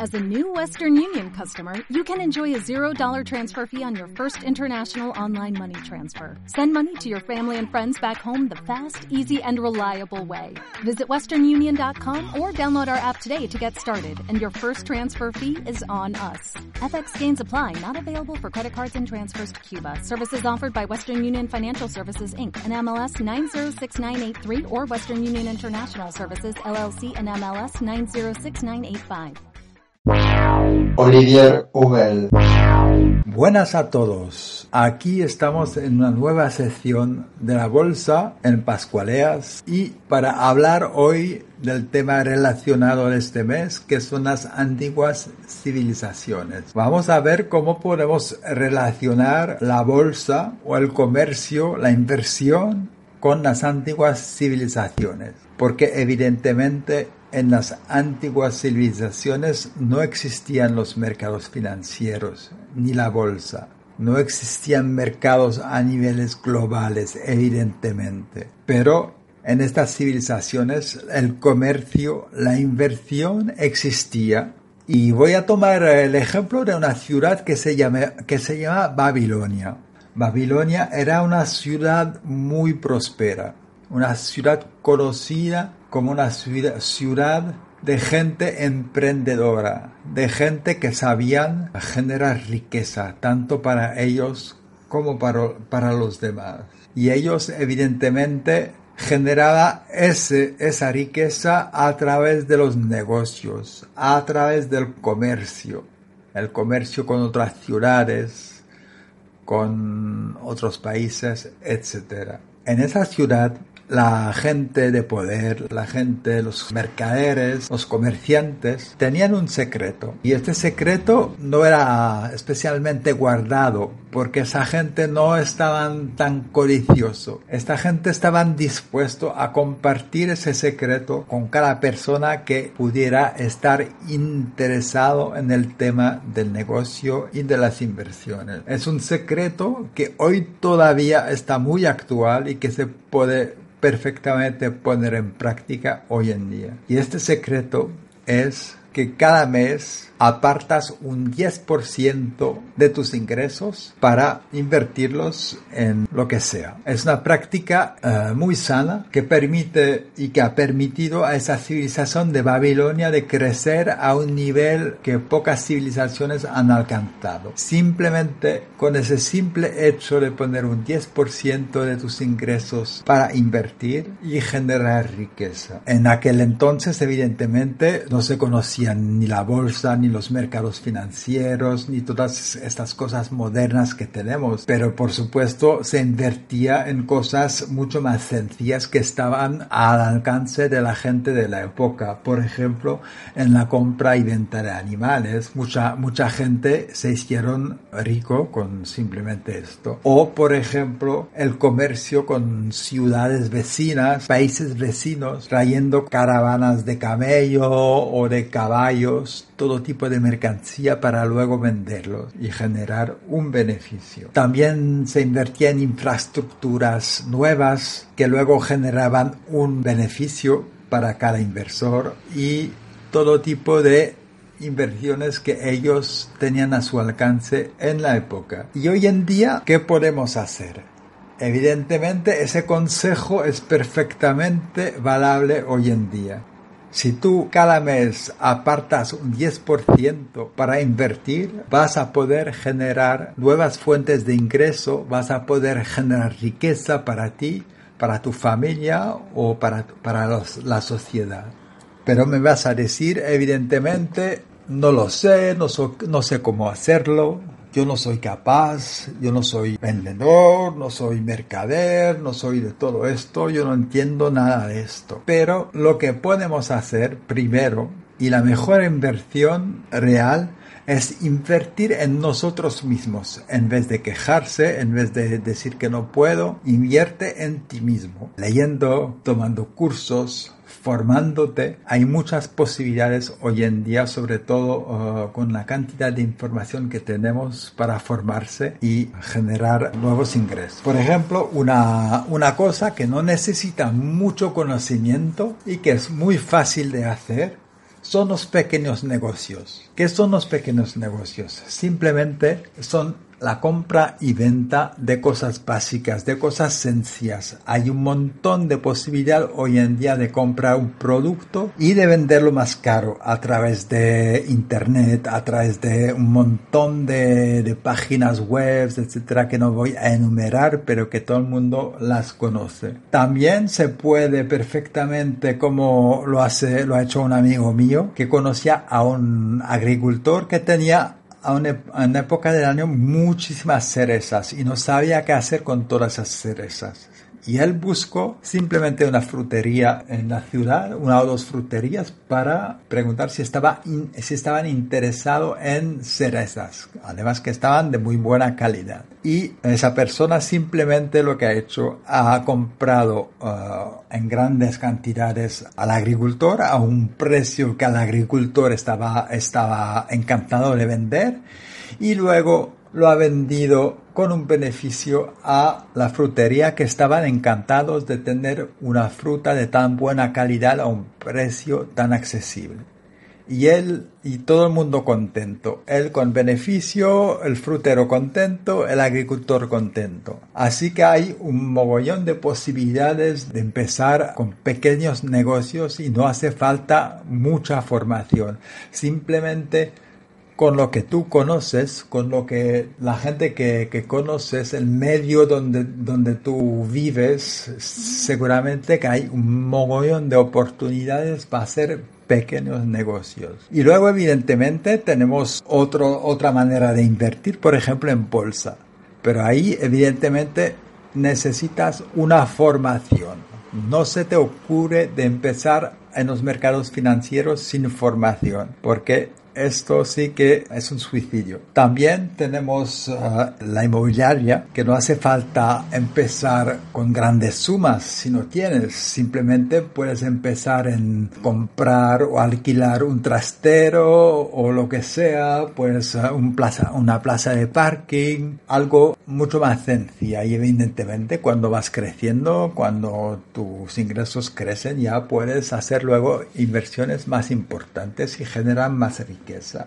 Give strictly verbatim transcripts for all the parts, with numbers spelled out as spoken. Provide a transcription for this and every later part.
As a new Western Union customer, you can enjoy a zero dollars transfer fee on your first international online money transfer. Send money to your family and friends back home the fast, easy, and reliable way. Visit western union dot com or download our app today to get started, and your first transfer fee is on us. F X gains apply, not available for credit cards and transfers to Cuba. Services offered by Western Union Financial Services, Incorporated, and M L S nine zero six nine eight three or Western Union International Services, L L C, and M L S nine zero six nine eight five. Olivier Hummel. Buenas a todos. Aquí estamos en una nueva sección de la bolsa en Pascualeas y para hablar hoy del tema relacionado de este mes, que son las antiguas civilizaciones. Vamos a ver cómo podemos relacionar la bolsa o el comercio, la inversión, con las antiguas civilizaciones, porque evidentemente en las antiguas civilizaciones no existían los mercados financieros ni la bolsa. No existían mercados a niveles globales, evidentemente. Pero en estas civilizaciones el comercio, la inversión existía. Y voy a tomar el ejemplo de una ciudad que se llama, que se llama Babilonia. Babilonia era una ciudad muy próspera, una ciudad conocida como una ciudad de gente emprendedora, de gente que sabían generar riqueza, tanto para ellos como para, para los demás. Y ellos evidentemente generaban ese, esa riqueza a través de los negocios, a través del comercio, el comercio con otras ciudades, con otros países, etcétera. En esa ciudad, la gente de poder, la gente, los mercaderes, los comerciantes, tenían un secreto. Y este secreto no era especialmente guardado, porque esa gente no estaba tan codicioso. Esta gente estaba dispuesto a compartir ese secreto con cada persona que pudiera estar interesado en el tema del negocio y de las inversiones. Es un secreto que hoy todavía está muy actual y que se puede perfectamente poner en práctica hoy en día. Y este secreto es que cada mes apartas un diez por ciento de tus ingresos para invertirlos en lo que sea. Es una práctica uh, muy sana que permite y que ha permitido a esa civilización de Babilonia de crecer a un nivel que pocas civilizaciones han alcanzado. Simplemente con ese simple hecho de poner un diez por ciento de tus ingresos para invertir y generar riqueza. En aquel entonces, evidentemente, no se conocían ni la bolsa, ni los mercados financieros, ni todas estas cosas modernas que tenemos, pero por supuesto se invertía en cosas mucho más sencillas que estaban al alcance de la gente de la época. Por ejemplo, en la compra y venta de animales, mucha, mucha gente se hicieron rico con simplemente esto. O, por ejemplo, el comercio con ciudades vecinas, países vecinos, trayendo caravanas de camello o de caballos, todo tipo de mercancía para luego venderlos y generar un beneficio. También se invertía en infraestructuras nuevas que luego generaban un beneficio para cada inversor y todo tipo de inversiones que ellos tenían a su alcance en la época. Y hoy en día, ¿qué podemos hacer? Evidentemente, ese consejo es perfectamente valable hoy en día. Si tú cada mes apartas un diez por ciento para invertir, vas a poder generar nuevas fuentes de ingreso, vas a poder generar riqueza para ti, para tu familia o para, para los, la sociedad. Pero me vas a decir, evidentemente, no lo sé, no, so, no sé cómo hacerlo. Yo no soy capaz, yo no soy vendedor, no soy mercader, no soy de todo esto, yo no entiendo nada de esto. Pero lo que podemos hacer primero, y la mejor inversión real, es invertir en nosotros mismos. En vez de quejarse, en vez de decir que no puedo, invierte en ti mismo. Leyendo, tomando cursos, formándote. Hay muchas posibilidades hoy en día, sobre todo uh, con la cantidad de información que tenemos para formarse y generar nuevos ingresos. Por ejemplo, una, una cosa que no necesita mucho conocimiento y que es muy fácil de hacer son los pequeños negocios. ¿Qué son los pequeños negocios? Simplemente son la compra y venta de cosas básicas, de cosas sencillas. Hay un montón de posibilidad hoy en día de comprar un producto y de venderlo más caro a través de internet, a través de un montón de, de páginas web, etcétera, que no voy a enumerar, pero que todo el mundo las conoce. También se puede perfectamente, como lo hace, lo ha hecho un amigo mío, que conocía a un agricultor que tenía a una, en una época del año muchísimas cerezas y no sabía qué hacer con todas esas cerezas. Y él buscó simplemente una frutería en la ciudad, una o dos fruterías, para preguntar si, estaba in, si estaban interesados en cerezas, además que estaban de muy buena calidad. Y esa persona simplemente lo que ha hecho, ha comprado uh, en grandes cantidades al agricultor a un precio que el agricultor estaba, estaba encantado de vender, y luego lo ha vendido con un beneficio a la frutería, que estaban encantados de tener una fruta de tan buena calidad a un precio tan accesible. Y él y todo el mundo contento. Él con beneficio, el frutero contento, el agricultor contento. Así que hay un mogollón de posibilidades de empezar con pequeños negocios y no hace falta mucha formación. Simplemente con lo que tú conoces, con lo que la gente que, que conoces, el medio donde, donde tú vives, seguramente que hay un mogollón de oportunidades para hacer pequeños negocios. Y luego, evidentemente, tenemos otro, otra manera de invertir, por ejemplo, en bolsa. Pero ahí, evidentemente, necesitas una formación. No se te ocurre de empezar en los mercados financieros sin formación, porque esto sí que es un suicidio. También tenemos uh, la inmobiliaria, que no hace falta empezar con grandes sumas si no tienes. Simplemente puedes empezar en comprar o alquilar un trastero o lo que sea, pues uh, un plaza, una plaza de parking, algo mucho más sencillo. Y evidentemente cuando vas creciendo, cuando tus ingresos crecen, ya puedes hacer luego inversiones más importantes y generan más riqueza.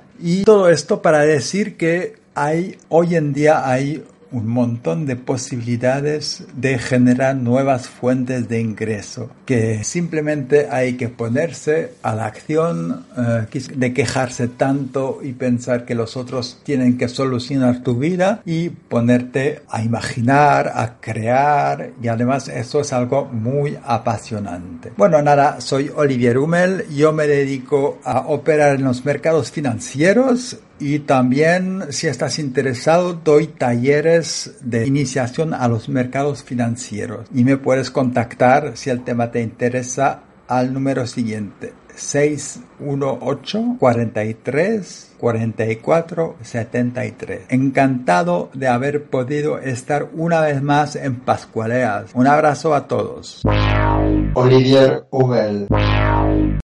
Y todo esto para decir que hay, hoy en día hay un montón de posibilidades de generar nuevas fuentes de ingreso, que simplemente hay que ponerse a la acción, eh, de quejarse tanto y pensar que los otros tienen que solucionar tu vida, y ponerte a imaginar, a crear, y además eso es algo muy apasionante. Bueno, nada, soy Olivier Hummel, yo me dedico a operar en los mercados financieros. Y también, si estás interesado, doy talleres de iniciación a los mercados financieros. Y me puedes contactar, si el tema te interesa, al número siguiente: seis uno ocho, cuarenta y tres, cuarenta y cuatro, setenta y tres. Encantado de haber podido estar una vez más en Pascualeas. Un abrazo a todos. Olivier Hummel.